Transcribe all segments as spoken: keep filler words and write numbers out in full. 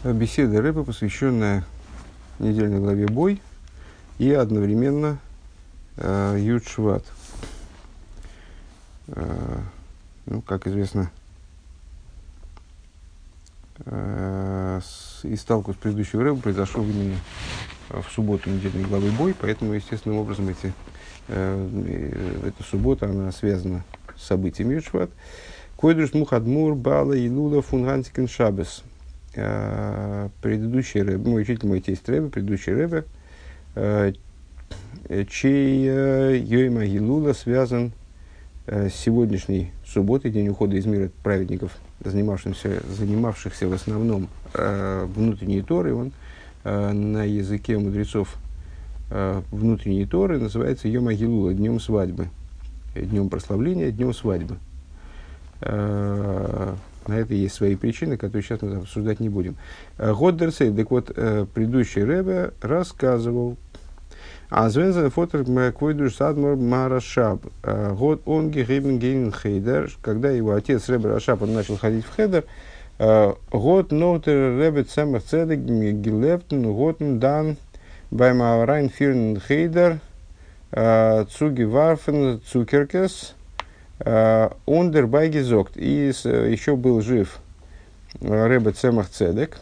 Беседа Рэба, посвященная недельной главе Бой и одновременно э, Юд Шват. Э, ну, как известно, э, с, из сталку с предыдущего Рэба произошел именно в субботу недельной главы Бой, поэтому, естественным образом, эти, э, эта суббота, она связана с событиями Юд Шват. Койдруш Мухадмур Бала Илула Фунгантикен Шабес. Предыдущий рэбе, мой учитель, мой тесть рэбе, предыдущий рэбе, чей Йойма Гилула связан с сегодняшней субботой, день ухода из мира праведников, занимавшихся, занимавшихся в основном внутренней Торой. Он на языке мудрецов внутренней Торы называется Йойма Гилула, днем свадьбы, днем прославления, днем свадьбы. На это есть свои причины, которые сейчас мы обсуждать не будем. Годдерсей, так вот, предыдущий рэбе рассказывал, а звензен фотор квойдуш садмор марашаб. Год он гехибен гейн хейдер, когда его отец рэбе Рашаб, он начал ходить в хейдер, год ноутер рэбе цемах цедек гилептен, год дан байма райн фирн хейдер, цуги варфен цукеркес, Ундер Байгизокт. И еще был жив Ребе Цемах Цедек.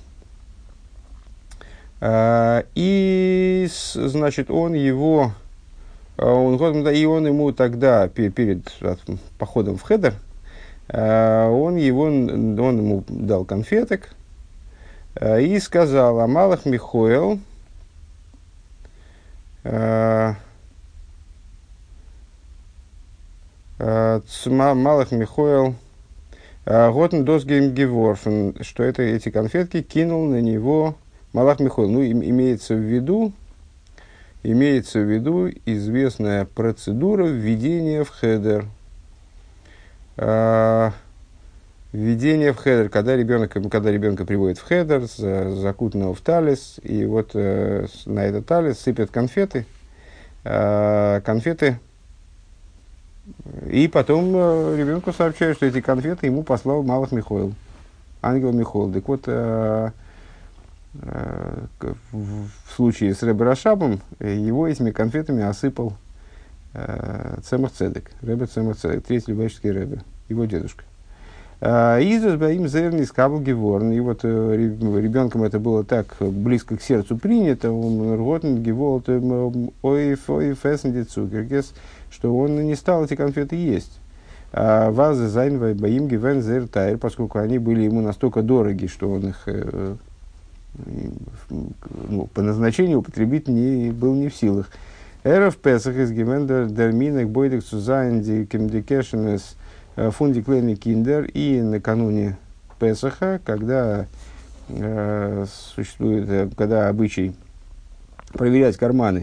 И, значит, он его, он, и он ему тогда, перед походом в хедер, он, его, он ему дал конфеток и сказал: Амалах Михоэл, Малах Михоэл Готен Досгейм Геворфен, что это, эти конфетки кинул на него Малах Михоэл. Ну, им, имеется в виду, имеется в виду известная процедура введения в хедер. А, введение в хедер, когда ребенок, когда ребенка приводят в хедер, закутанного в талис, и вот э, на этот талис сыпят конфеты. А, конфеты. И потом э, ребенку сообщают, что эти конфеты ему послал Малах Михоэл, ангел Михоэл. Так вот, э, э, в, в случае с Ребе Рашабом, его этими конфетами осыпал э, Цемах Цедек, Ребе Цемах Цедек, третий любавический Ребе, его дедушка. Изус баим зерни скабл геворн. И вот э, ребенком это было так близко к сердцу принято, он рготн геволт ойфесн цукеркес, что он не стал эти конфеты есть. Вазы зайнвай баим гивен зер тайр, поскольку они были ему настолько дороги, что он их э, ну, по назначению употребить не, был не в силах. Эров Песах из гивен дерминек бойдек сузайнди кемдикешенес фунди клейни киндер. И накануне Песаха, когда э, существует, когда обычай проверять карманы,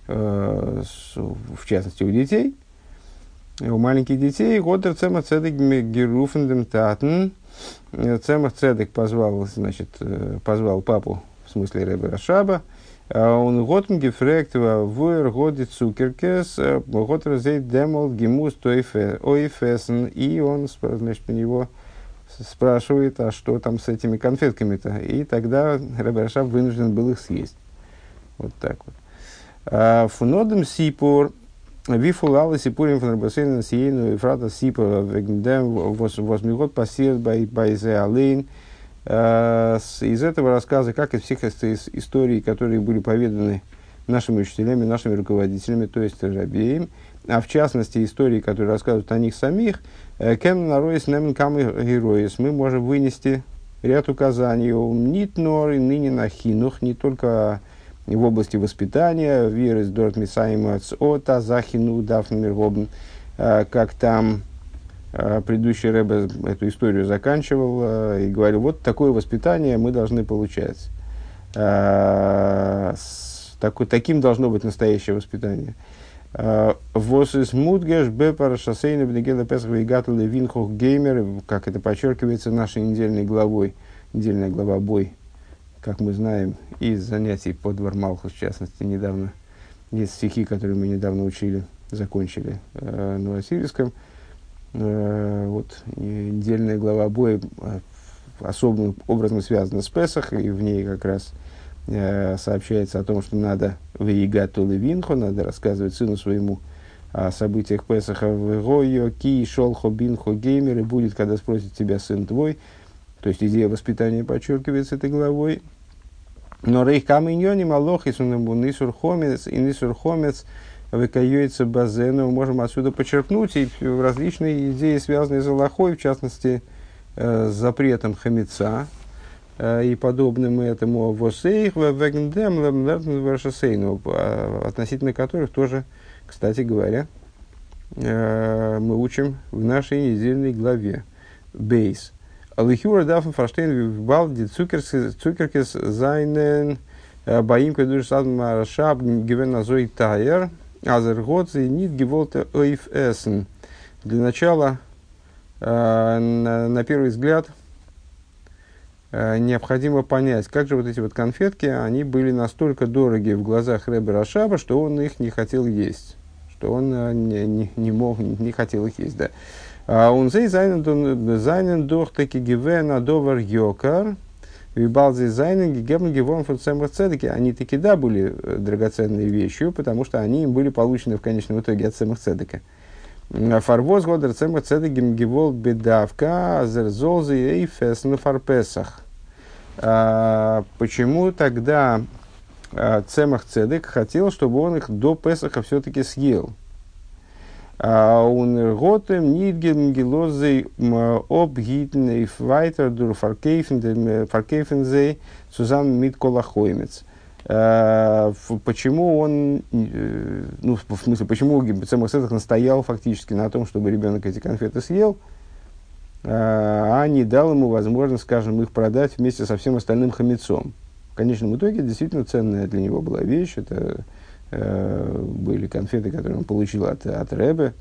в частности у детей, у маленьких детей, Годер Цемах Цедек Геруфендем Татен. Цемах Цедек позвал, значит, позвал папу, в смысле Ребе Рашаба, он Готм Гефрект Вуэр Годи Цукеркес Готер Зейд Демол Гемус Ойфесен. И он, значит, у него спрашивает, а что там с этими конфетками-то? И тогда Ребе Рашаб вынужден был их съесть. Вот так вот. Фунодем Сипур Вифулала Сипурим Фанарбасейна Сиену и Фрата Сипур Вегндем Возмигот Пассиет Байзе Алейн. Из этого рассказа, как из всех историй, которые были поведаны нашими учителями, нашими руководителями, то есть рабеем, а в частности истории, которые рассказывают о них самих, Кен Нароис Немен Камы Героис, мы можем вынести ряд указаний Нит Нор и ныне на Хинух, не только в области воспитания, вирус дорт мисаимац ота захину дафнмиргобн, как там предыдущий рэбе эту историю заканчивал и говорил: вот такое воспитание мы должны получать. Такой, таким должно быть настоящее воспитание. Вос из мудгеш б парашасейна бнегела песах вейгату левин хох геймер, как это подчеркивается нашей недельной главой, недельная глава Бой. Как мы знаем из занятий по Двор Малхус, в частности, недавно, есть стихи, которые мы недавно учили, закончили э, на Новосибирском. Э, вот, недельная глава Боя, особым образом связана с Песах, и в ней как раз э, сообщается о том, что надо «Веигат левинхо», надо рассказывать сыну своему о событиях Песаха. «Вегойо ки шолхо бинхо геймер», и будет, когда спросит тебя сын твой. То есть идея воспитания подчеркивается этой главой. Но рейх каминьони малохис нисур хомец и нисур хомец выкаюется базену. Мы можем отсюда почерпнуть и различные идеи, связанные с Алахой, в частности, э, с запретом хамеца э, и подобным этому восейх вегндем лемлертн относительно которых тоже, кстати говоря, э, мы учим в нашей недельной главе Бейс. Алихюра дафн фарштейн балди цукеркес зайнен боим кадуш садма шаб гивен зой тайер азергоци нит гиволта ойф эсен. Для начала, на, на первый взгляд, необходимо понять, как же вот эти вот конфетки, они были настолько дороги в глазах Ребе Рашаба, что он их не хотел есть, что он не, не, не мог, не хотел их есть, да. Он зей зайнен дох таки гивен адовар йокар, вибалзи зайнен гигебн гивон фон цемах цедеки. Они таки да были драгоценной вещью, потому что они им были получены в конечном итоге от цемах цедека. Фарвоз годер цемах цедеки гивол бедавка азерзолзи эйфес на фарпесах. Почему тогда цемах цедек хотел, чтобы он их до Песаха все-таки съел? Он готем нидген гелозей обгитней вайтер дур фаркейфензей сузам мит колахоймец. Почему он, ну, в смысле, почему Цемах Цедек настоял фактически на том, чтобы ребенок эти конфеты съел, а не дал ему возможность, скажем, их продать вместе со всем остальным хамецом. В конечном итоге, действительно ценная для него была вещь. Это э, были конфеты, которые он получил от, от Ребе.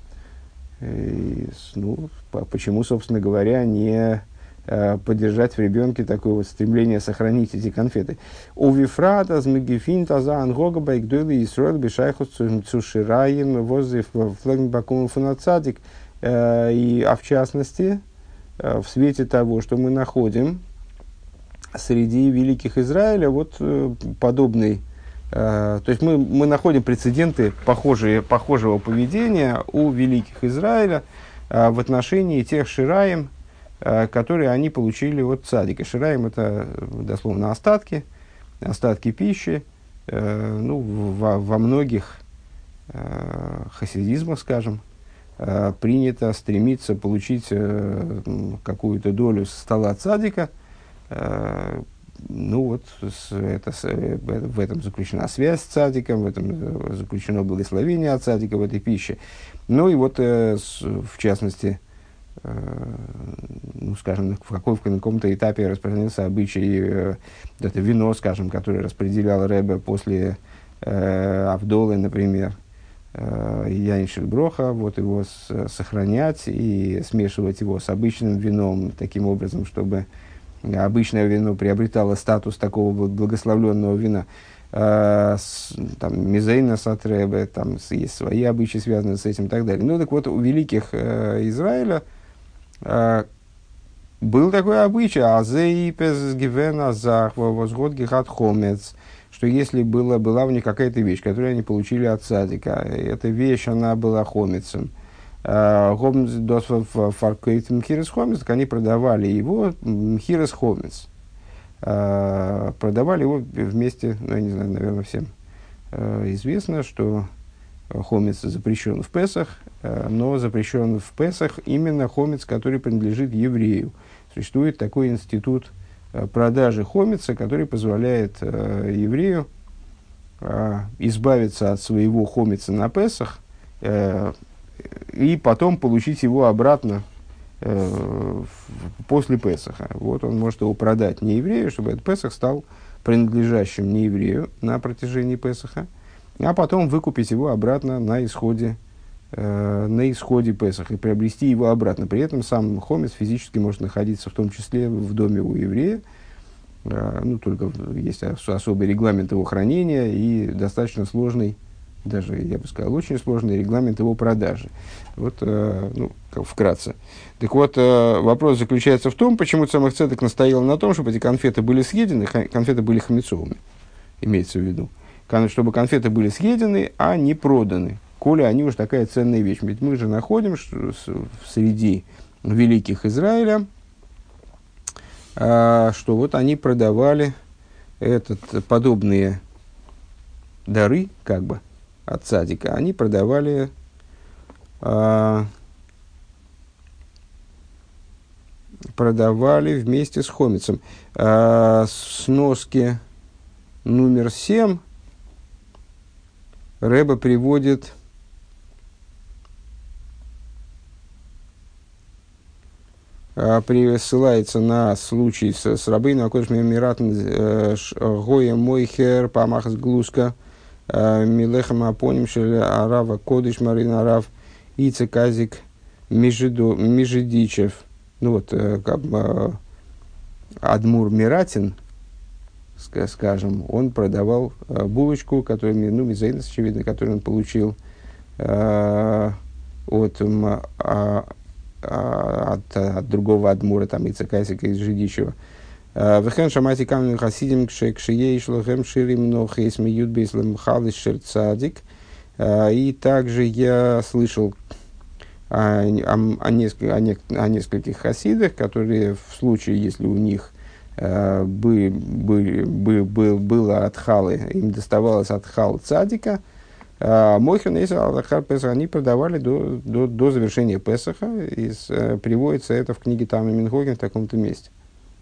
И, ну, по, почему, собственно говоря, не э, поддержать в ребенке такое вот стремление сохранить эти конфеты? У Вифрата, Змегефин, Таза, Ангога, Байгдойли, Исроэл, Бешайхус, Цушираем, Возев, Флагнбакум, Фунацадик. И, а в частности, в свете того, что мы находим среди великих Израиля, вот подобный, то есть мы, мы находим прецеденты похожие, похожего поведения у великих Израиля в отношении тех шираим, которые они получили от цадика. Шираим — это дословно остатки, остатки пищи. Ну, во, во многих хасидизмах, скажем, принято стремиться получить э, какую-то долю со стола цадика. Э, ну вот, с, это, с, э, в этом заключена связь с цадиком, в этом заключено благословение от цадика в этой пище. Ну и вот, э, с, в частности, э, ну, скажем, в, какой, в каком-то этапе распространился обычай, э, это вино, скажем, которое распределял Ребе после э, Авдолы, например, Яншель Броха, вот его с, сохранять и смешивать его с обычным вином таким образом, чтобы обычное вино приобретало статус такого благословленного вина. А, с, там, Мизейна Сатребе, там есть свои обычаи, связанные с этим и так далее. Ну так вот, у великих э, Израиля э, был такой обычай, азеипес гивена захва возгод гихат хомец, что если было, была у них какая-то вещь, которую они получили от цадика, эта вещь, она была хомецем, хомец досва фаркейтем хирес хомец, так они продавали его хирес хомец, продавали его вместе, ну, я не знаю, наверное, всем известно, что хомец запрещен в Песах, но запрещен в Песах именно хомец, который принадлежит еврею. Существует такой институт продажи хомеца, который позволяет э, еврею э, избавиться от своего хомеца на Песах э, и потом получить его обратно э, в, после Песаха. Вот он может его продать не еврею, чтобы этот Песах стал принадлежащим не еврею на протяжении Песаха, а потом выкупить его обратно на исходе, э, на исходе Песаха и приобрести его обратно. При этом сам хомец физически может находиться в том числе в доме у еврея. Э, ну, только есть ос- особый регламент его хранения и достаточно сложный даже, я бы сказал, очень сложный регламент его продажи. Вот, э, ну, как вкратце. Так вот, э, вопрос заключается в том, почему Цемах Цедек настоял на том, чтобы эти конфеты были съедены, конфеты были хамецовыми, имеется в виду. Чтобы конфеты были съедены, а не проданы, коли они уж такая ценная вещь. Ведь мы же находимся среди великих Израиля, э, что вот они продавали этот, подобные дары, как бы, от цадика, они продавали а, продавали вместе с хомицем. А, сноски номер семь Рэбе приводит а, при, ссылается на случай с, с рабыном Акодыш Миратн Гоя Мойхер Памахас Глуска Милехам Апоним Шель Арава Кодыш Марин Арав Ицеказик Межидичев. Ну вот, как бы Адмур Миратин, скажем, он продавал булочку, которую, ну, мизаинос, очевидно, которую он получил э, от, а, от, от другого Адмура, там, Ицеказика из Жидичева. Вехен шамати камнем хасидим кшеей шлохем ширим нохейс миют бейслем халис шерцадик. И также я слышал о, о, о, нескольких, о, не, о нескольких хасидах, которые в случае, если у них э, бы, бы, бы, бы, было от халы, им доставалось от хал цадика, э, Мойхер и Аллахар Песах они продавали до, до, до завершения Песаха, и э, приводится это в книге Тама Минхоген в таком-то месте.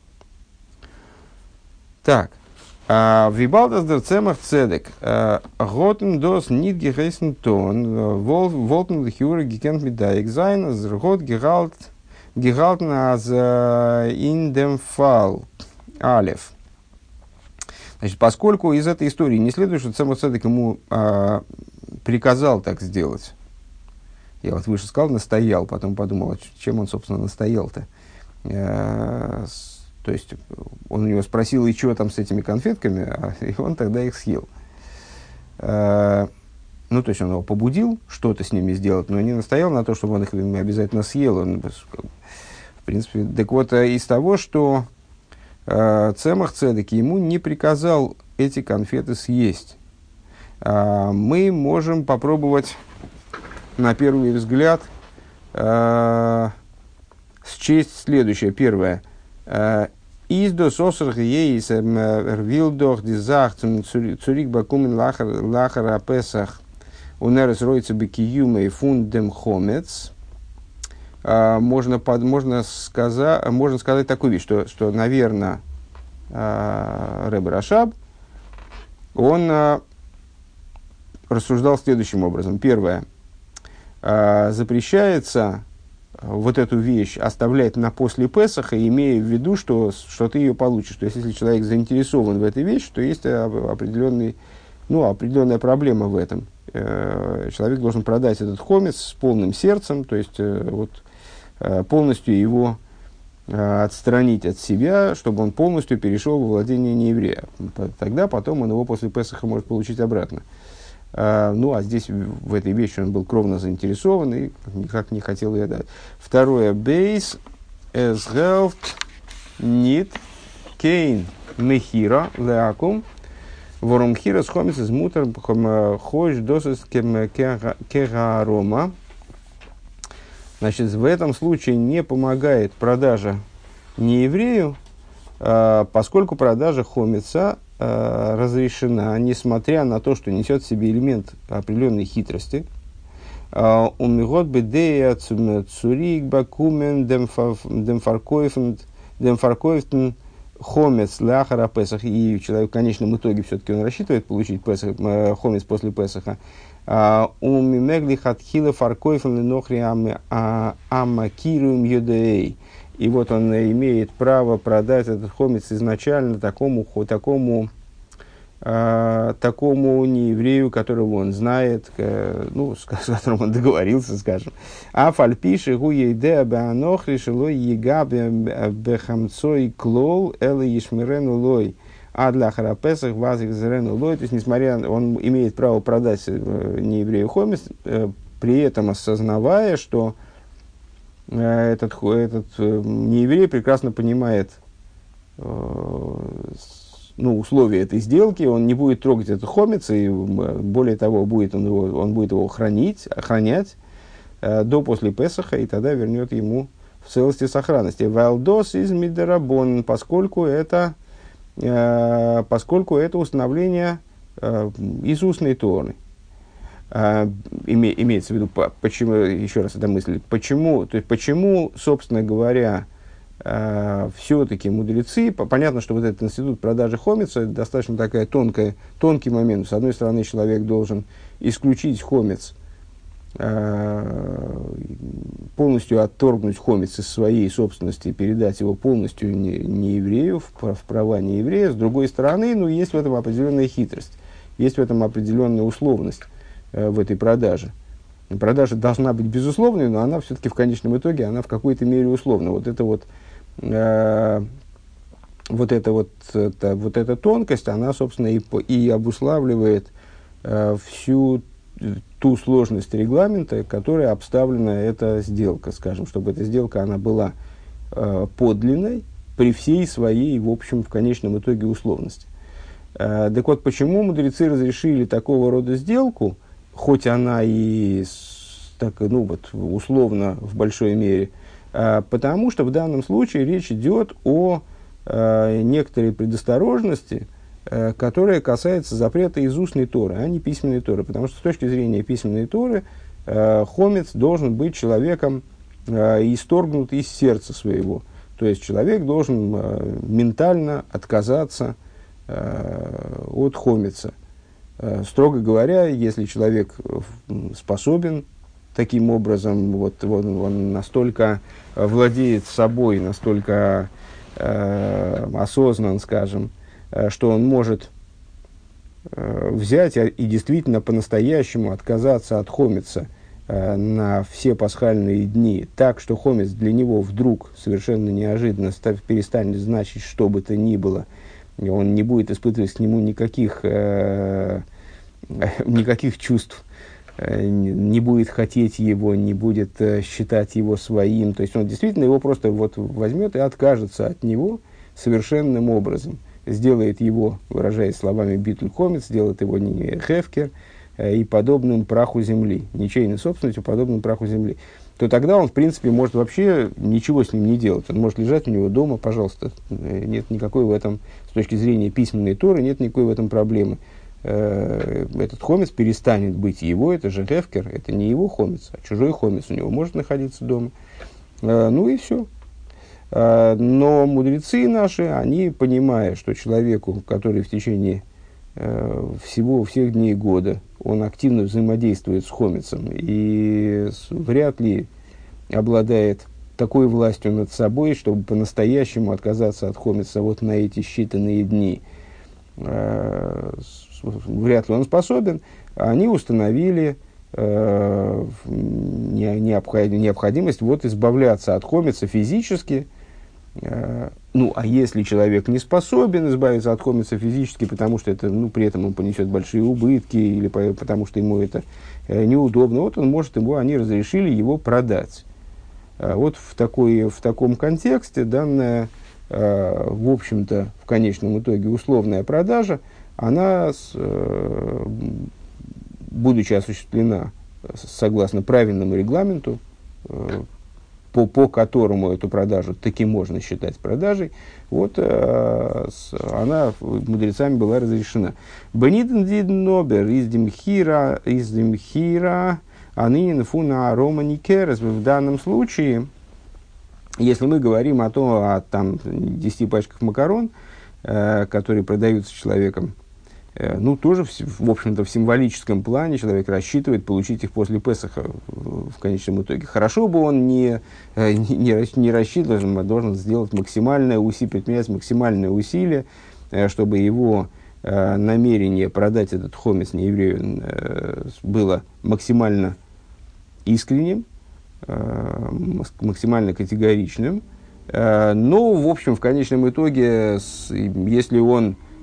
Так, Вибалдас дер Цемах Цедек, Готен дос нит гехейсен тон, волтен лихюре гекент мидаек зайн, зргот гехалтен аз ин дем фал, алеф. Значит, поскольку из этой истории не следует, что Цемах Цедек ему а, приказал так сделать, я вот выше сказал, настоял, потом подумал, чем он, собственно, настоял-то. А, То есть он у него спросил, и что там с этими конфетками, а, и он тогда их съел. А, ну, то есть он его побудил что-то с ними сделать, но не настоял на то, чтобы он их обязательно съел. Он, в принципе, так вот, из того, что а, Цемах Цедек ему не приказал эти конфеты съесть, а, мы можем попробовать на первый взгляд а, счесть следующее. Первое. Издо сосер ейс рвилдох дизах цурик бакумен лахар апесах унерес ройца бекиюмей фундем хомец. Можно, под, можно, сказать, можно сказать такую вещь, что, что наверное, Ребе Рашаб, он рассуждал следующим образом. Первое. Запрещается вот эту вещь оставлять на после Песаха, имея в виду, что, что ты ее получишь. То есть, если человек заинтересован в этой вещи, то есть определенный, ну, определенная проблема в этом. Человек должен продать этот хомец с полным сердцем, то есть вот, полностью его отстранить от себя, чтобы он полностью перешел во владение нееврея. Тогда потом он его после Песаха может получить обратно. Uh, ну, а здесь в этой вещи он был кровно заинтересован и никак не хотел ее дать. Второе. Бейс es helft nit kein mechira leakum воrum хира схомис из мутер хош досыс кегарома. Значит, в этом случае не помогает продажа нееврею, uh, поскольку продажа хомица разрешена, несмотря на то, что несет в себе элемент определенной хитрости. Умигот бедея цурик бакумен демфаркоифтен хомец ляхара Песах. И человек в конечном итоге все-таки он рассчитывает получить Песах, хомец после Песаха. Умимегли хатхила фаркоифен ленохри амакируем юдеей. И вот он имеет право продать этот хомец изначально такому, такому, э, такому нееврею, которого он знает, э, ну, с, с которым он договорился, скажем. А фальпиши гуейде беанохри шилой ега бехамцой клол эле ешмирену лой а для харапесах вазик зерену лой, то есть, несмотря, он имеет право продать э, нееврею хомец, э, при этом осознавая, что э, этот, этот э, нееврей прекрасно понимает э, ну, условия этой сделки, он не будет трогать этот хомец, и более того, будет он, его, он будет его хранить, охранять э, до после Песаха, и тогда вернет ему в целости и сохранности. Валдос из Мидерабон, поскольку это, э, поскольку это установление э, из устной Торы. Э, име, имеется в виду, почему, еще раз эта мысль, почему, то есть, почему, собственно говоря, Uh, все-таки мудрецы, понятно, что вот этот институт продажи хомеца достаточно такая тонкая, тонкий момент. С одной стороны, человек должен исключить хомец, uh, полностью отторгнуть хомец из своей собственности и передать его полностью не, не еврею, в, в права не еврея. С другой стороны, ну, есть в этом определенная хитрость, есть в этом определенная условность uh, в этой продаже. Продажа должна быть безусловной, но она все-таки в конечном итоге, она в какой-то мере условна. Вот это вот Э, вот, эта вот, это, вот эта тонкость, она, собственно, и, и обуславливает э, всю ту сложность регламента, которая обставлена эта сделка, скажем, чтобы эта сделка, она была э, подлинной при всей своей, в общем, в конечном итоге условности. Э, так вот, почему мудрецы разрешили такого рода сделку, хоть она и так, ну, вот, условно в большой мере, потому что в данном случае речь идет о э, некоторой предосторожности, э, которая касается запрета из устной Торы, а не письменной Торы. Потому что с точки зрения письменной Торы э, хомец должен быть человеком э, исторгнут из сердца своего. То есть человек должен э, ментально отказаться э, от хомеца. Э, строго говоря, если человек способен таким образом, вот, он, он настолько владеет собой, настолько э, осознан, скажем, э, что он может э, взять и действительно по-настоящему отказаться от хомеца э, на все пасхальные дни, так, что хомец для него вдруг совершенно неожиданно став, перестанет значить что бы то ни было, и он не будет испытывать к нему никаких, э, никаких чувств, не будет хотеть его, не будет э, считать его своим. То есть он действительно его просто вот возьмет и откажется от него совершенным образом. Сделает его, выражаясь словами битль хомец, сделает его не хефкер э, и подобным праху земли, ничейной собственностью, подобным праху земли. То тогда он, в принципе, может вообще ничего с ним не делать. Он может лежать у него дома, пожалуйста. Нет никакой в этом, с точки зрения письменной Торы, нет никакой в этом проблемы. Этот хомец перестанет быть его, это же хефкер, это не его хомец, а чужой хомец у него может находиться дома. Ну и все. Но мудрецы наши, они, понимая, что человеку, который в течение всего, всех дней года, он активно взаимодействует с хомецем и вряд ли обладает такой властью над собой, чтобы по-настоящему отказаться от хомеца вот на эти считанные дни, вряд ли он способен, они установили э, необходимость вот избавляться от хомеца физически. Э, ну, а если человек не способен избавиться от хомеца физически, потому что это, ну, при этом он понесет большие убытки, или по, потому что ему это э, неудобно, вот он может его, они разрешили его продать. Э, вот в, такой, в таком контексте данная, э, в общем-то, в конечном итоге условная продажа, она, э, будучи осуществлена согласно правильному регламенту, э, по, по которому эту продажу таки можно считать продажей, вот э, с, она мудрецами была разрешена. Бениден диден нобер из демхира, из демхира, анинин фуна арома никерес. В данном случае, если мы говорим о том, о там, десяти пачках макарон, э, которые продаются человеком, ну, тоже, в, в общем-то, в символическом плане человек рассчитывает получить их после Песаха в, в конечном итоге. Хорошо бы он не, не, не рассчитывал, а должен сделать максимальное усилие, предпринять максимальное усилие, чтобы его э, намерение продать этот хомец нееврею э, было максимально искренним, э, максимально категоричным. Э, но, в общем, в конечном итоге, с, если он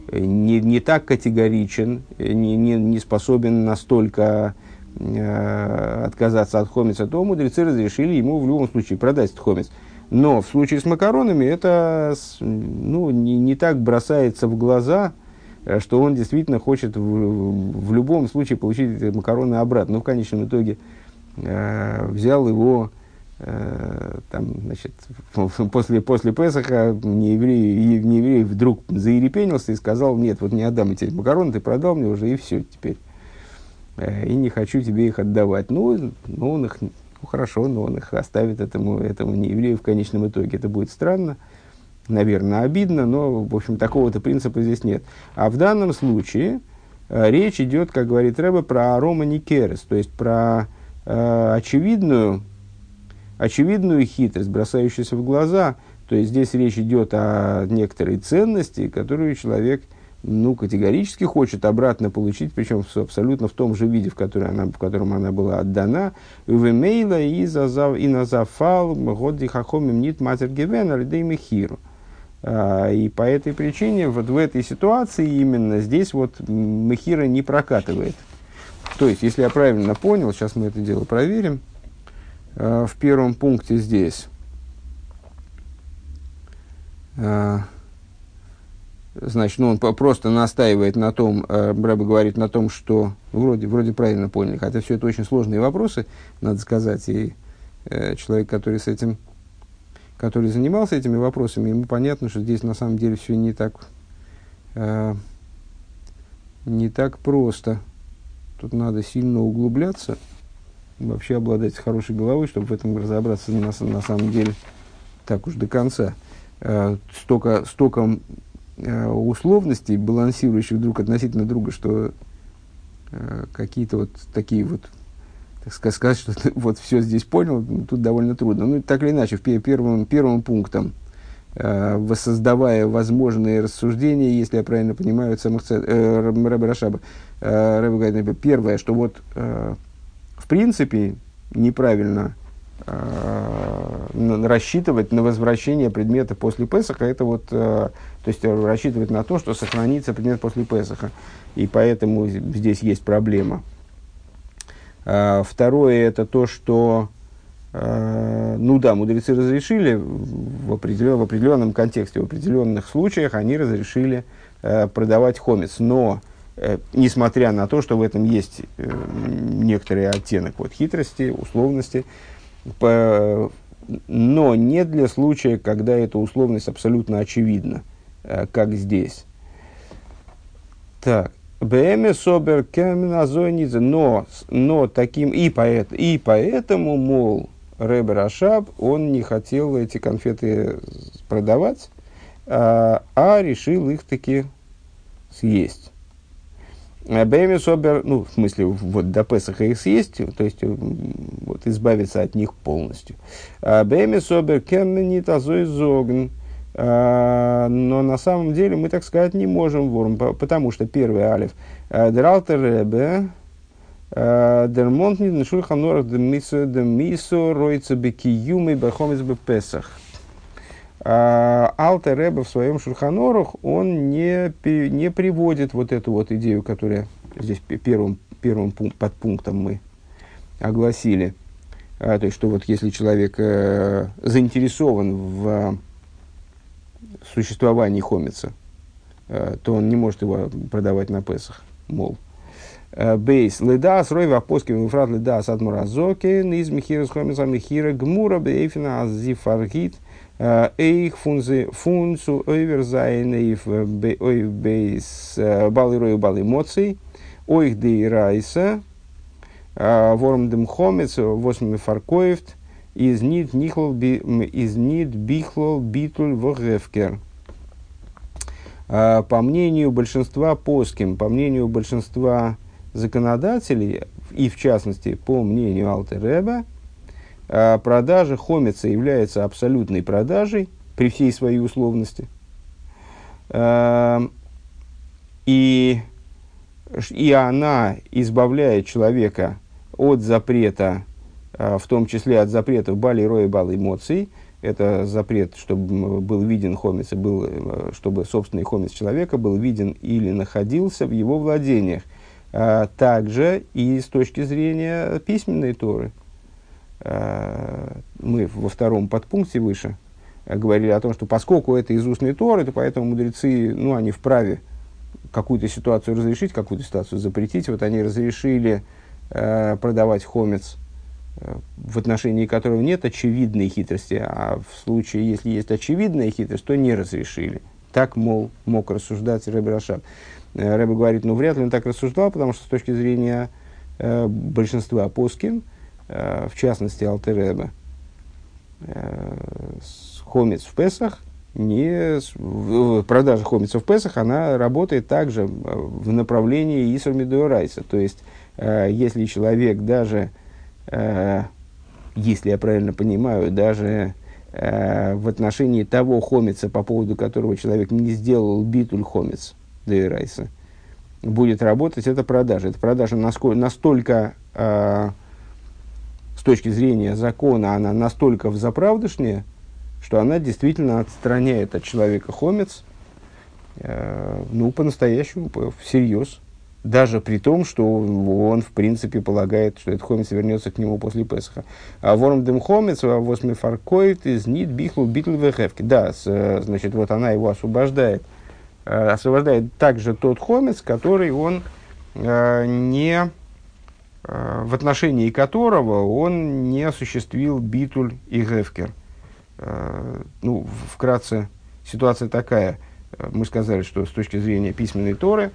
не, не так категоричен, не, не, не способен настолько э, отказаться от хомеца, то мудрецы разрешили ему в любом случае продать этот хомец. Но в случае с макаронами это ну, не, не так бросается в глаза, что он действительно хочет в, в любом случае получить эти макароны обратно. Но в конечном итоге э, взял его э, там, значит, после, после Песаха, нееврей, нееврей вдруг заерепенился и сказал: нет, вот не отдам эти макароны, ты продал мне уже, и все теперь. Э, и не хочу тебе их отдавать. Ну, ну он их... Ну, хорошо, но он их оставит этому, этому нееврею в конечном итоге. Это будет странно, наверное, обидно, но, в общем, такого-то принципа здесь нет. А в данном случае э, речь идет, как говорит Ребе, про арома никерес, то есть про э, очевидную, очевидную хитрость, бросающуюся в глаза. То есть здесь речь идет о некоторой ценности, которую человек ну, категорически хочет обратно получить, причем абсолютно в том же виде, в, которой она, в котором она была отдана. «Увемейла и назафал годи хахомим нит матер гевен алидей мехиру». И по этой причине вот в этой ситуации именно здесь вот мехира не прокатывает. То есть, если я правильно понял, сейчас мы это дело проверим, в первом пункте здесь... Значит, ну, он просто настаивает на том, э, Рэбе говорит на том, что вроде, вроде правильно поняли, хотя все это очень сложные вопросы, надо сказать, и э, человек, который с этим, который занимался этими вопросами, ему понятно, что здесь на самом деле все не так, э, не так просто. Тут надо сильно углубляться, вообще обладать хорошей головой, чтобы в этом разобраться на, на самом деле так уж до конца. Э, столько, столько условностей, балансирующих друг относительно друга, что э, какие-то вот такие вот, так сказать, что вот все здесь понял, тут довольно трудно. Ну, так или иначе, в первым, первым пунктом, э, воссоздавая возможные рассуждения, если я правильно понимаю, самых э, Ребе Рашаба, э, Ребе говорит, например, первое, что вот э, в принципе неправильно рассчитывать на возвращение предмета после Песаха, это вот, то есть рассчитывать на то, что сохранится предмет после Песаха, и поэтому здесь есть проблема. Второе, это то, что, ну да, мудрецы разрешили в, определен, в определенном контексте, в определенных случаях они разрешили продавать хомец, но несмотря на то, что в этом есть некоторый оттенок вот, хитрости, условности, По, но не для случая, когда эта условность абсолютно очевидна, э, как здесь. Так. Но, но таким, и, поэт, и поэтому, мол, Ребе Рашаб, он не хотел эти конфеты продавать, а, а решил их таки съесть. Бэйми собер, ну, в смысле, вот до Песаха их съесть, то есть вот, избавиться от них полностью. Бэйми собер кемнит азой зогн. Но на самом деле мы так сказать не можем, ворм, потому что первый алиф. Дралтер ребе, дермонт нит на шульхан орах демисо демисо ройца бекиюмы бахомец бепесах. Алтер Ребе в своем Шульхан Орух, он не, не приводит вот эту вот идею, которую здесь первым, первым пункт, подпунктом мы огласили. А, то есть, что вот если человек э, заинтересован в существовании хомеца, э, то он не может его продавать на Песах, мол. Бейс. Ледас, рой вапоски, вифрат ледас от муразоки, из михира с хомеца михира гмура бейфина азифаргит. Эйх фунцу оверзайнейв бейс балирою бал эмоций, ойх дей райса, ворм дем хомец, восьми фаркоевт, из нит бихлол битуль вогевкер. По мнению большинства поским, по мнению большинства законодателей, и в частности по мнению Алтер Ребе, продажа хомеца является абсолютной продажей при всей своей условности. И, и она избавляет человека от запрета, в том числе от запретов бали роя бал эмоций, Это запрет, чтобы был виден хомец, и был, чтобы собственный хомец человека был виден или находился в его владениях. А также и с точки зрения письменной Торы. А, мы во втором подпункте выше говорили о том, что поскольку это из устной Торы, то поэтому мудрецы, ну, они вправе какую-то ситуацию разрешить, какую-то ситуацию запретить. Вот они разрешили э, продавать хомец, э, в отношении которого нет очевидной хитрости, а в случае, если есть очевидная хитрость, то не разрешили. Так, мол, мог рассуждать Ребе Рашаб. Э, Ребе говорит, ну, вряд ли он так рассуждал, потому что с точки зрения э, большинства поским, э, в частности, Алтер Ребе, э, хомец в Песах, не, продажа хомеца в Песах, она работает также в направлении Исур Мидеорайса. То есть, э, если человек даже, э, если я правильно понимаю, даже э, в отношении того хомеца, по поводу которого человек не сделал битуль хомец Деорайса, будет работать, это продажа. Эта продажа насколько, настолько, э, с точки зрения закона, она настолько взаправдышняя, что она действительно отстраняет от человека хомец, э, ну, по-настоящему, всерьез. Даже при том, что он, в принципе, полагает, что этот хомец вернется к нему после Песаха. А вормдем хомец, а восьмифаркоид из нит бихлу битл вехевки. Да, с, значит, вот она его освобождает. Э, освобождает также тот хомец, который он э, не... Э, в отношении которого он не осуществил битуль и гефкер. Ну, вкратце, ситуация такая. Мы сказали, что с точки зрения письменной Торы,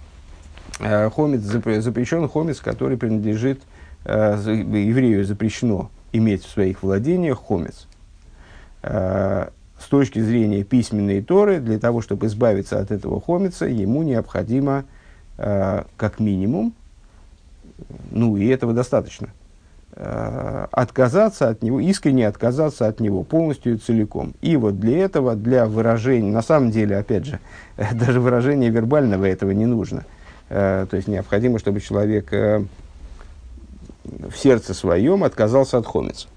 хомец, запрещен хомец, который принадлежит, еврею запрещено иметь в своих владениях хомец. С точки зрения письменной Торы, для того, чтобы избавиться от этого хомеца, ему необходимо, как минимум, ну и этого достаточно, отказаться от него, искренне отказаться от него полностью и целиком. И вот для этого, для выражения, на самом деле, опять же, даже выражения вербального этого не нужно. То есть необходимо, чтобы человек в сердце своем отказался от хомеца.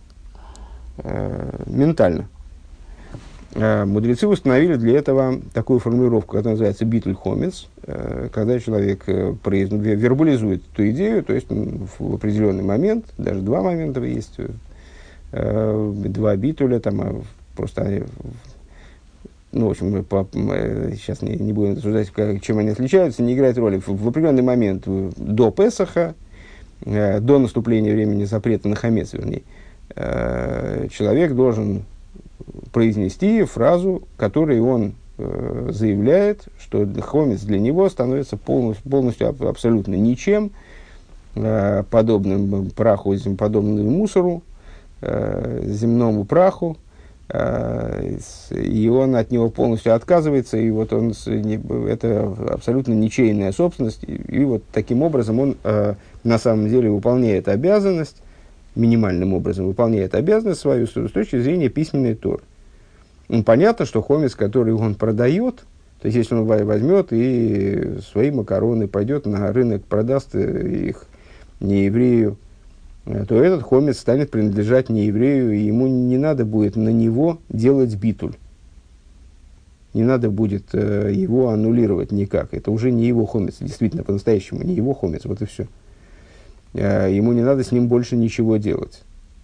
Ментально. Мудрецы установили для этого такую формулировку, которая называется битуль хомец, когда человек вербализует эту идею, то есть в определенный момент, даже два момента есть, два битуля, там просто они, ну, в общем, мы, по, мы сейчас не, не будем обсуждать, как, чем они отличаются, не играет роли. В, в определенный момент до Песаха, до наступления времени запрета на хомец, вернее, человек должен произнести фразу, которой он э, заявляет, что хомец для него становится полностью, полностью аб- абсолютно ничем, э, подобным праху, подобным мусору, э, земному праху, э, с, и он от него полностью отказывается, и вот он, с, не, это абсолютно ничейная собственность, и, и вот таким образом он э, на самом деле выполняет обязанность, минимальным образом выполняет обязанность свою с точки зрения письменной Торы. Ну, понятно, что хомец, который он продает, то есть если он возьмет и свои макароны пойдет на рынок, продаст их нееврею, то этот хомец станет принадлежать нееврею, и ему не надо будет на него делать битуль. Не надо будет э, его аннулировать никак. Это уже не его хомец, действительно, по-настоящему, не его хомец, вот и все. Ему не надо с ним больше ничего делать.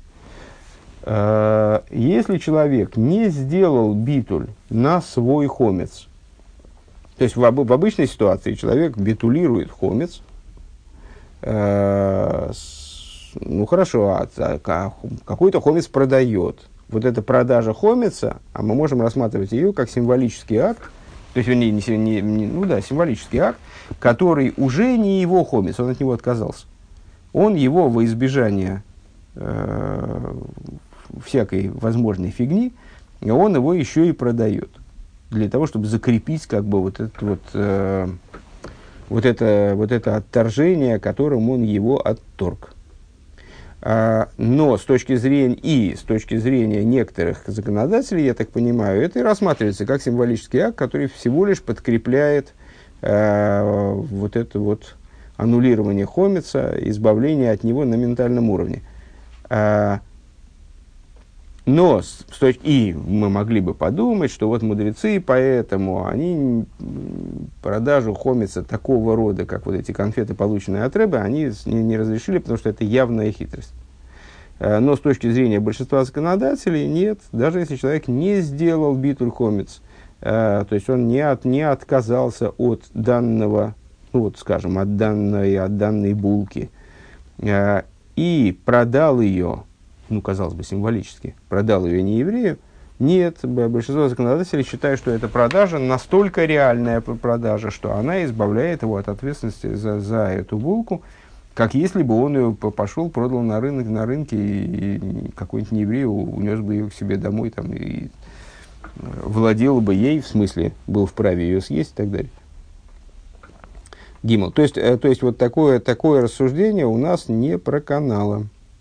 Если человек не сделал битуль на свой хомец, то есть в, об, в обычной ситуации человек битулирует хомец, э, с, ну хорошо, а, а, какой-то хомец продает. Вот эта продажа хомеца, а мы можем рассматривать ее как символический акт, то есть не, не, не, не, ну да, символический акт, который уже не его хомец, он от него отказался. Он его во избежание э, всякой возможной фигни, он его еще и продает. Для того, чтобы закрепить как бы вот это вот, э, вот, это, вот это отторжение, которым он его отторг. А, но с точки зрения, и с точки зрения некоторых законодателей, я так понимаю, это и рассматривается как символический акт, который всего лишь подкрепляет э, вот это вот аннулирование хомеца, избавление от него на ментальном уровне. А, Но с, с точ- и мы могли бы подумать, что вот мудрецы, поэтому они продажу хомеца такого рода, как вот эти конфеты, полученные от рыбы, они не, не разрешили, потому что это явная хитрость. Но с точки зрения большинства законодателей, нет, даже если человек не сделал битуль хомец, то есть он не, от, не отказался от данного, ну вот скажем, от данной, от данной булки, и продал ее, ну, казалось бы, символически, продал ее не еврею, нет, большинство законодателей считают, что эта продажа настолько реальная продажа, что она избавляет его от ответственности за, за эту булку, как если бы он ее пошел, продал на, рынок, на рынке, и, и какой-нибудь нееврей унес бы ее к себе домой там, и владел бы ей, в смысле, был вправе ее съесть и так далее. Гимл. То есть, то есть вот такое, такое рассуждение у нас не проканало.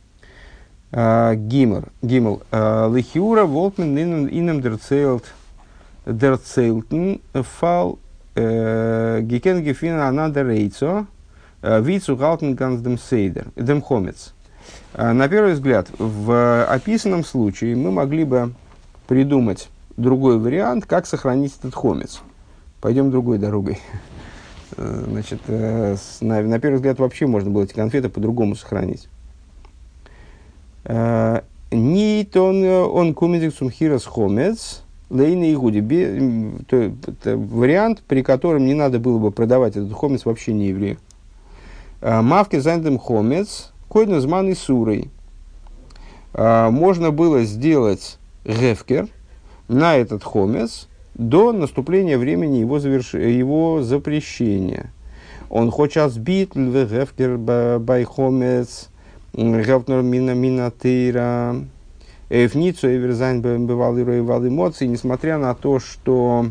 Гимл. Гимл. Лихиура волтмен инем дерцейлт дерцейлтен фал гекен гефин анадер рейцо вицу галтен ганс дем сейдер дем хомец. На первый взгляд, в описанном случае мы могли бы придумать другой вариант, как сохранить этот хомец. Пойдем другой дорогой. Значит, на, на первый взгляд вообще можно было эти конфеты по-другому сохранить. Нит он он кумизик сумхирас хомец лейна игуди. Вариант, при котором не надо было бы продавать этот хомец вообще не еврею. Мавки зайдем хомец койден зман и сурой. Можно было сделать гефкер на этот хомец до наступления времени его, заверш... его запрещения. Он хочет сбить гефкер бай хомец гефнер мина минатира эфницу и верзайн бывал и роевал эмоции, несмотря на то, что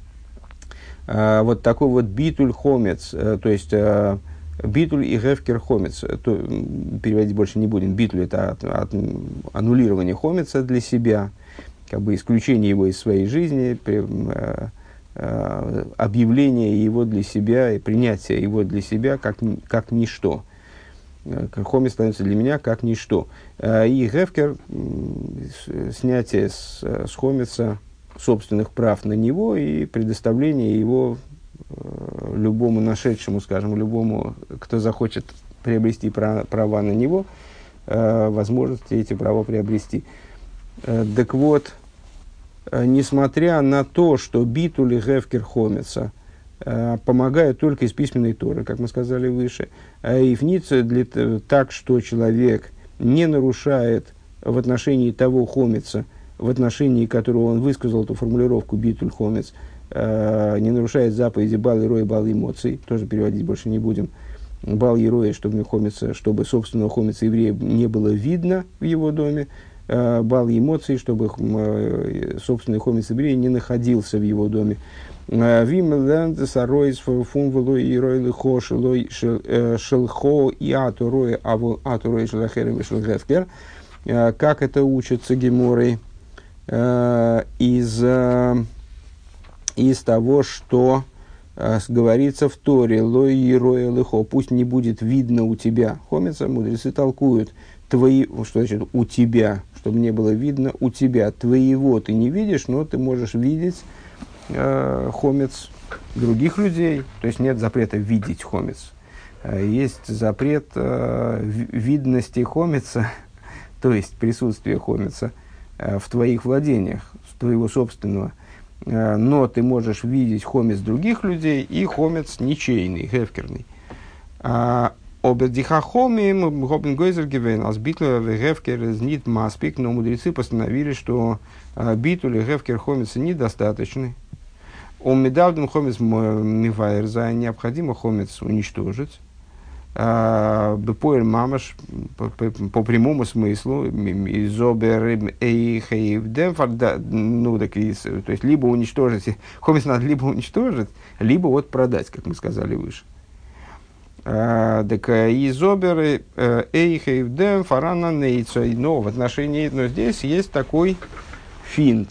э, вот такой вот битуль хомец, э, то есть э, битуль и гефкер хомец, то, переводить больше не будем, битуль это от, от, аннулирование хомеца для себя, как бы исключение его из своей жизни, при, э, э, объявление его для себя и принятие его для себя как, как ничто. Хомец становится для меня как ничто. И гефкер, снятие с, с хомеца собственных прав на него и предоставление его любому нашедшему, скажем, любому, кто захочет приобрести права, права на него, возможности эти права приобрести. Так вот, несмотря на то, что битуль и гефкер хомеца помогают только из письменной Торы, как мы сказали выше, и фница для, так, что человек не нарушает в отношении того хомеца, в отношении которого он высказал эту формулировку битуль хомец, не нарушает заповеди бал и рой, бал эмоций, тоже переводить больше не будем, бал и рой, чтобы, хомеца, чтобы собственного хомеца еврея не было видно в его доме, бал эмоций, чтобы собственный хомец еврея не находился в его доме. Вимелэнд саройс фунвело и ройлихо шелхо и атурой атурой шелахерем шелгефкер, как это учится Геморой из из того, что говорится в Торе, лой и ройлихо, пусть не будет видно у тебя хомеца. Мудрецы толкуют твои, что значит у тебя, чтобы не было видно у тебя, твоего ты не видишь, но ты можешь видеть хомец других людей, то есть нет запрета видеть хомец. Есть запрет э, видности хомеца, то есть присутствия хомеца э, в твоих владениях, твоего собственного. Э, но ты можешь видеть хомец других людей и хомец ничейный, гефкерный. Обердихахоми Гобенгойзер гивен, als битуль и гефкер из нит маспик, но мудрецы постановили, что битуль и гефкер хомеца недостаточны. У медавден хомец мивайрза, необходимо хомец уничтожить. Бепоэль мамаш, по, по, по прямому смыслу, изобер эйхейвдем, ну так и, то есть либо уничтожить, хомец надо либо уничтожить, либо вот продать, как мы сказали выше. Так изобер эйхейвдем фарана нейца, но в отношении, но здесь есть такой финт.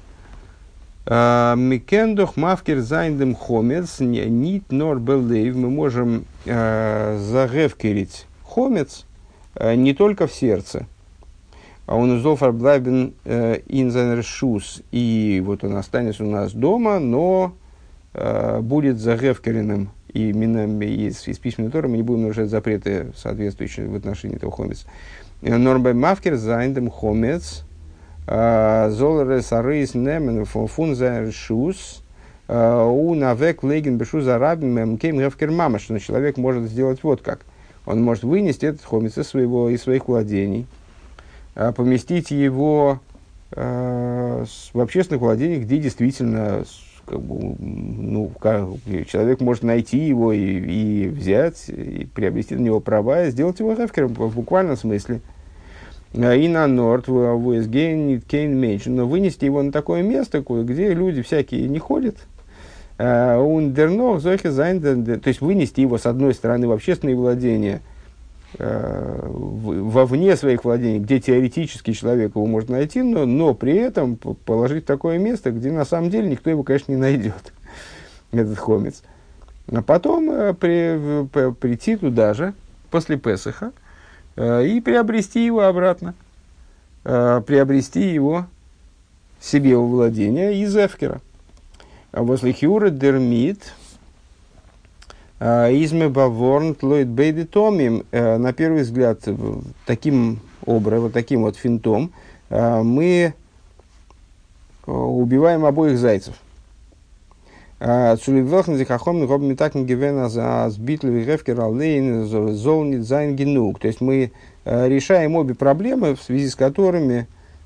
Микендох мавкер зайндем хомец нит нор белдейв. Мы можем э, загефкерить хомец э, не только в сердце. а он узофар блайбен инзайнер шус, и вот он останется у нас дома, но э, будет загевкеренным, и именно из, из письменной Торы мы не будем нарушать запреты, соответствующие в отношении этого хомеца. Норбай мавкер зайндем хомец, золерес арейс немен фун зайнер шус, у навек леген бешу за рабим мкейм гевкер мама, что человек может сделать вот как. Он может вынести этот хомец из, своего, из своих владений, поместить его э, в общественных владениях, где действительно как бы, ну, как, человек может найти его и, и взять, и приобрести на него права, и сделать его гефкером в буквальном смысле. И на норд, но вынести его на такое место, где люди всякие не ходят. То есть вынести его с одной стороны в общественные владения, вовне своих владений, где теоретически человек его может найти, но, но при этом положить в такое место, где на самом деле никто его, конечно, не найдет, этот хомец. А потом при, при, прийти туда же, после Песаха, и приобрести его обратно, приобрести его себе во владение из эфкера. А возле хиура дермит, изме баворнт лойд бейди томим, на первый взгляд, таким образом, вот таким вот финтом, мы убиваем обоих зайцев. Цулевлохн зихахом гобми так не гивена за сбитливый гефкер аллейн золнит зайн генук. То есть мы решаем обе проблемы, в связи с которыми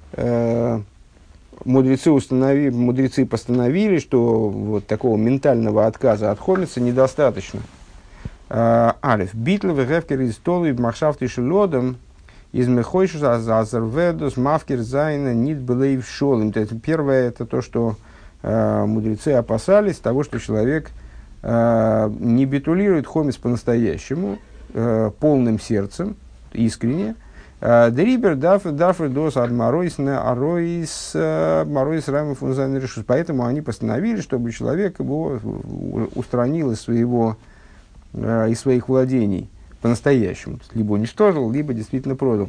Мудрецы, установили, мудрецы постановили, что вот такого ментального отказа от хомеца недостаточно. Алиф. Битлевый гефкер из толы в махшафте шелодом из мехойша азарведус мавкер зайна нит белейв шолым. Первое, это то, что э, мудрецы опасались того, что человек э, не битулирует хомец по-настоящему, э, полным сердцем, искренне. Дрибер дафр дос армаройс на аройс маройс рамы фунзайн решус. Поэтому они постановили, чтобы человек его устранил из своего из своих владений по-настоящему, либо уничтожил, либо действительно продал.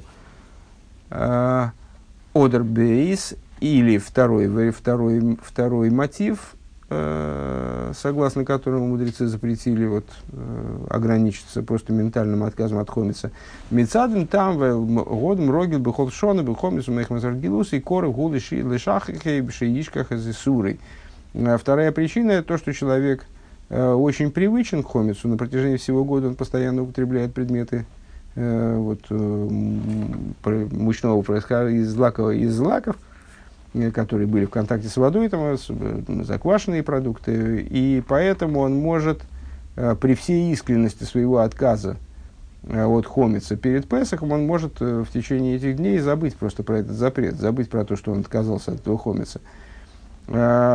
Одербейс или второй второй второй мотив, согласно которому мудрецы запретили вот, ограничиться просто ментальным отказом от хомеца. Мецадым там годом рогил бы холшона бы хомесу моих мазаргилус и коры гулы лишахихе бшеишках из Исурой. Вторая причина это то, что человек очень привычен к хомесу. На протяжении всего года он постоянно употребляет предметы вот, мучного происхождения из злаков, из злаков, которые были в контакте с водой, там, заквашенные продукты, и поэтому он может при всей искренности своего отказа от хомеца перед Песахом, он может в течение этих дней забыть просто про этот запрет, забыть про то, что он отказался от этого хомеца. И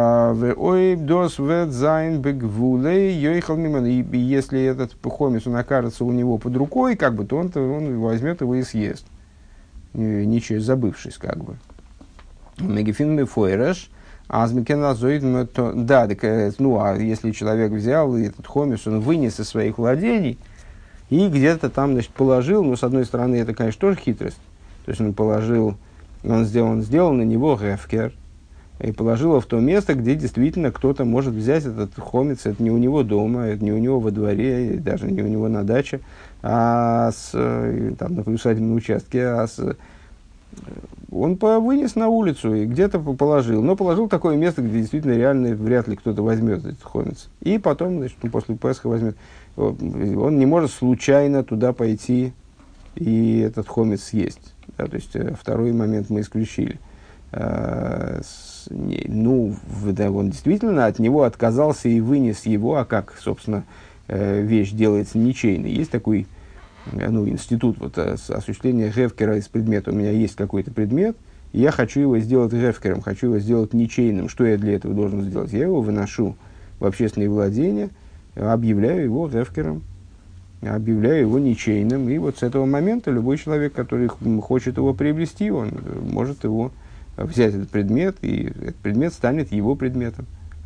если этот хомец он окажется у него под рукой, как бы, то он, то он возьмет его и съест, ничего забывшись, как бы. Мегефин мефойреш, азмикен зоид, да, так, ну, а если человек взял и этот хомес, он вынес из своих владений и где-то там, значит, положил, ну, с одной стороны, это, конечно, тоже хитрость, то есть он положил, он сделал, он сделал на него гефкер и положил его в то место, где действительно кто-то может взять этот хомец, это не у него дома, это не у него во дворе, даже не у него на даче, а с, там, на полюсательном участке, а с он вынес на улицу и где-то положил. Но положил в такое место, где действительно реально вряд ли кто-то возьмет этот хомец. И потом, значит, после Песха возьмет. Он не может случайно туда пойти и этот хомец съесть. Да, то есть, второй момент мы исключили. А, с, не, ну, да, он действительно от него отказался и вынес его. А как, собственно, вещь делается ничейно. Есть такой... Ну, институт вот, осуществления гефкера из предмета. У меня есть какой-то предмет, и я хочу его сделать гефкером, хочу его сделать ничейным. Что я для этого должен сделать? Я его выношу в общественные владения, объявляю его гефкером, объявляю его ничейным. И вот с этого момента любой человек, который хочет его приобрести, он может его взять этот предмет, и этот предмет станет его предметом.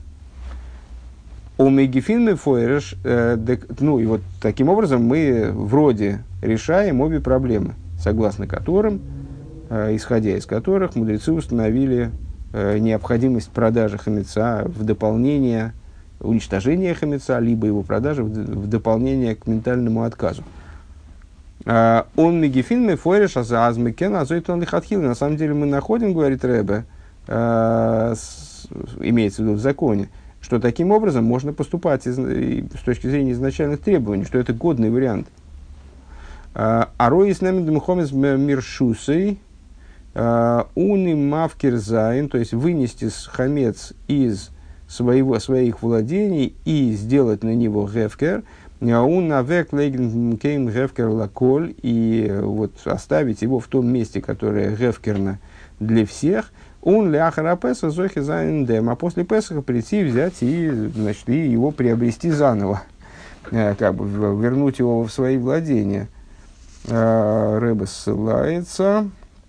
У Мегефинны Фойреш, ну и вот таким образом мы вроде решаем обе проблемы, согласно которым э, исходя из которых мудрецы установили э, необходимость продажи хамеца в дополнение, уничтожения хамеца, либо его продажи в, в дополнение к ментальному отказу. Он мегефин мефореш азмекен азойтон лихатхил. На самом деле мы находим, говорит Ребе, э, с, имеется в виду в законе, что таким образом можно поступать из, с точки зрения изначальных требований, что это годный вариант. Арой с нами дмухомес миршусой уни мавкирзайн, то есть вынести хамец из своего, своих владений и сделать на него гефкер, он навек лейген кейм гефкер лаколь, и вот оставить его в том месте, которое гефкерно для всех. Он ляхара Песах зохи зайндем, а после Песаха прийти, взять и, значит, и его приобрести заново, как бы вернуть его в свои владения. Ребе ссылается,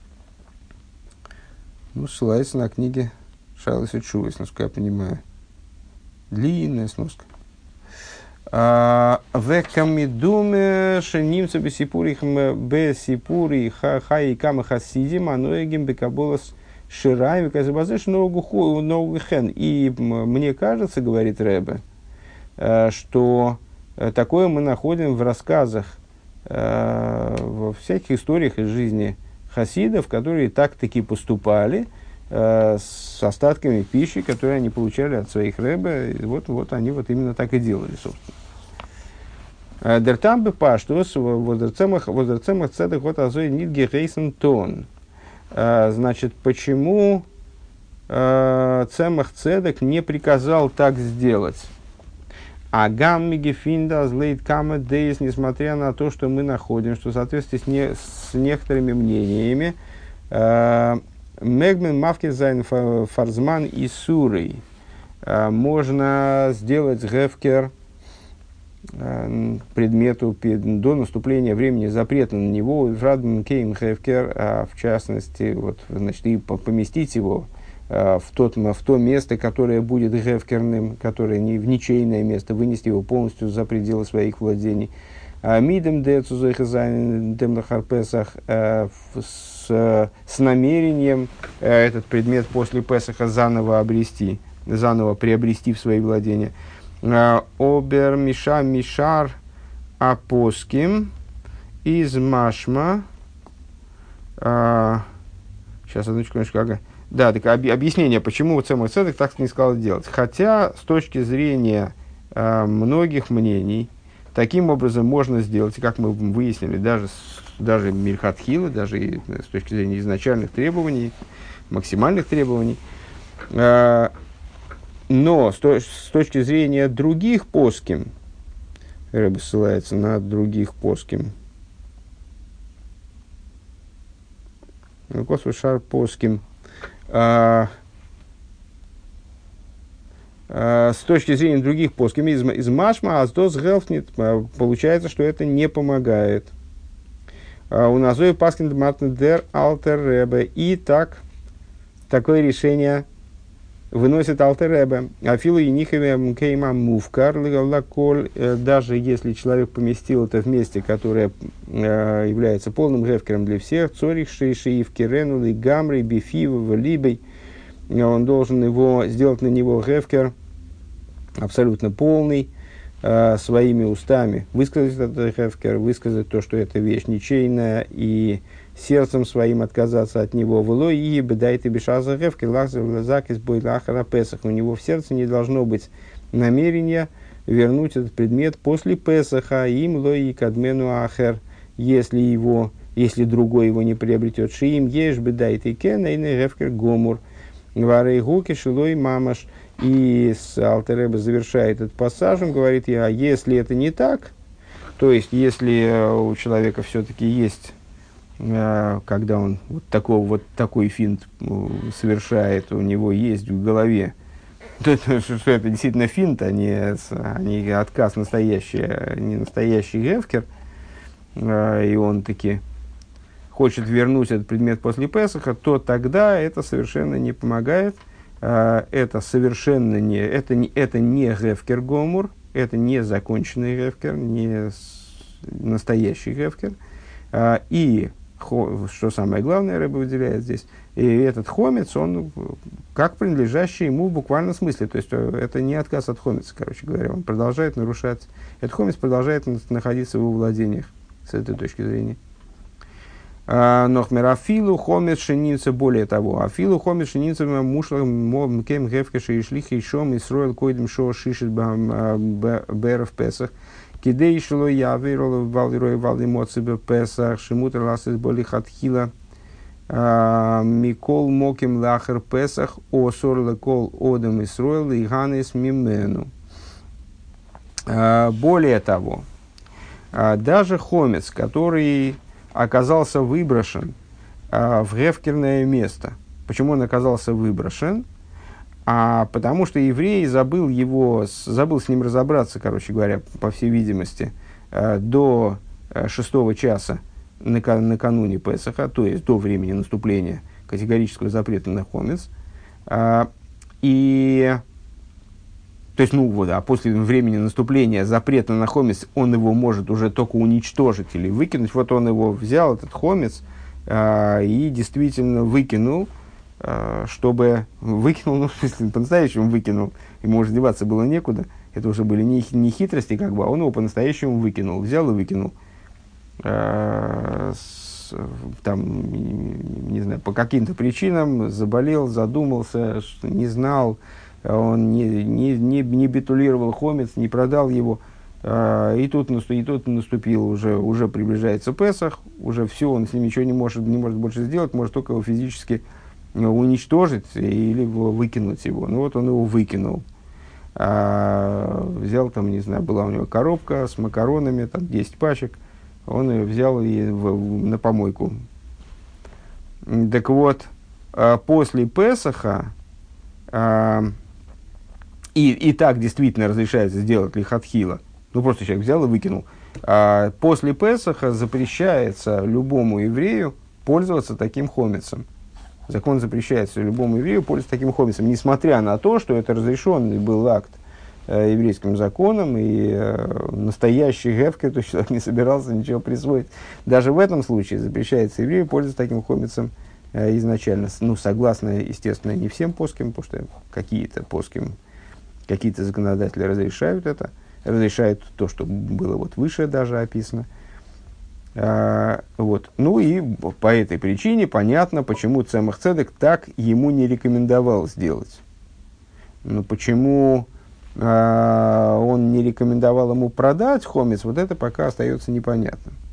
ну, ссылается на книге Шайлос и Тшувос, насколько я понимаю. Длинная сноска. Векамидуме шенимца бесипури бесипури хай кама хасидим аноегим бекаболас шираем казабазеш ногу ногу хен. И мне кажется, говорит Ребе, что такое мы находим в рассказах, во всяких историях из жизни хасидов, которые так-таки поступали с остатками пищи, которые они получали от своих Ребе. И вот, вот они вот именно так и делали, собственно. Дертамбе паштус возрацемах возрацемах цедах вот азой нидге гейсен тон. Значит, почему цемах цедек не приказал так сделать? А гамми гефинда злейт кама дейс, несмотря на то, что мы находим, что в соответствии с, не, с некоторыми мнениями, мегмен мавкизайн фарзман и сурой, можно сделать гефкер предмету до наступления времени запрета на него, в частности, вот, значит, и поместить его в, тот, в то место, которое будет гефкерным, которое не в ничейное место, вынести его полностью за пределы своих владений. Мидем демлахарпесах с намерением этот предмет после Песаха заново обрести, заново приобрести в свои владения. Обер миша мишар апоским из машма. Сейчас, одну секундочку. Ага. Да, так об, объяснение, почему Цемах Цедек так не сказал делать. Хотя, с точки зрения э, многих мнений, таким образом можно сделать, и как мы выяснили, даже, даже мильхатхила, даже и, с точки зрения изначальных требований, максимальных требований. Э, но с, то, с точки зрения других поским, Ребе ссылается на других поским, Косвышар поским, А, а, с точки зрения других поским из, из машма аздос гелфнит, получается, что это не помогает. А, у нас паскин мартнедер алтер ребе, и так такое решение выносит алтер ребе. Афилу и нихеве кейма мувкар лаколь, даже если человек поместил это в месте, которое э, является полным гефкером для всех, цорих шейшиев кирену ли гамрей бифивов либой, он должен его сделать на него гефкер абсолютно полный, э, своими устами высказать этот гефкер, высказать то, что эта вещь ничейная, и сердцем своим отказаться от него. У него в сердце не должно быть намерения вернуть этот предмет после Песаха, им лои кадмену ахер, если его, если другой его не приобретет. Шиим еш бедайте кен и гефкер гомур варейгуки шилой мамаш. И Алтер Ребе завершает этот пассаж, он говорит: а если это не так, то есть если у человека все-таки есть, когда он вот, такого, вот такой финт совершает, у него есть в голове, то это, что это действительно финт, а не, а не отказ настоящий, не настоящий гефкер, и он таки хочет вернуть этот предмет после Песаха, то тогда это совершенно не помогает, это совершенно не, это не, это не гефкер гомур, это не законченный гефкер, не настоящий гефкер, и хо, что самое главное Рэбе выделяет здесь, и этот хомец, он как принадлежащий ему в буквальном смысле, то есть это не отказ от хомеца, короче говоря, он продолжает нарушать, этот хомец продолжает находиться в его владениях с этой точки зрения. Нохмер афилу хомец шеница, более того, афилу хомец шеница мушлам кем гевкаши и шлихи шом и строил койдем шо шишит бэр в Песах. Кидей шло я вырвал валдерой валды моцибе Песах, шимутер ласис боли хатхила, микол моким лахер Песах, о сорле кол одем и строил и ганес мимену. Более того, даже хомец, который оказался выброшен в гефкерное место. Почему он оказался выброшен? А потому что еврей забыл его, забыл с ним разобраться, короче говоря, по всей видимости, до шестого часа накануне Песаха, то есть до времени наступления категорического запрета на хомец. И, то есть, ну вот, а после времени наступления запрета на хомец он его может уже только уничтожить или выкинуть. Вот он его взял, этот хомец, и действительно выкинул, чтобы выкинул, ну, в смысле, по-настоящему выкинул, ему уже деваться было некуда, это уже были не, не хитрости, как бы, а он его по-настоящему выкинул, взял и выкинул. Э, с, там, не, не знаю, по каким-то причинам заболел, задумался, не знал, он не, не, не, не битулировал хомец, не продал его, э, и, тут наступ, и тут наступил, уже, уже приближается Песах, уже все, он с ним ничего не может, не может больше сделать, может только его физически уничтожить или выкинуть его. Ну вот он его выкинул. А, взял там, не знаю, была у него коробка с макаронами, там десять пачек. Он ее взял и в, на помойку. Так вот, а, после Песаха, а, и, и так действительно разрешается сделать лихатхила. Ну просто человек взял и выкинул. А, после Песаха запрещается любому еврею пользоваться таким хомецом. Закон запрещается любому еврею пользоваться таким хомецом, несмотря на то, что это разрешенный был акт э, еврейским законом, и э, настоящий гефкер, то есть человек не собирался ничего присвоить. Даже в этом случае запрещается еврею пользоваться таким хомецом э, изначально. Ну, согласно, естественно, не всем поским, потому что какие-то поским, какие-то законодатели разрешают это, разрешают то, что было вот выше даже описано. А, вот. Ну и по этой причине понятно, почему Цемах Цедек так ему не рекомендовал сделать. Но почему а, он не рекомендовал ему продать хомец, вот это пока остается непонятным.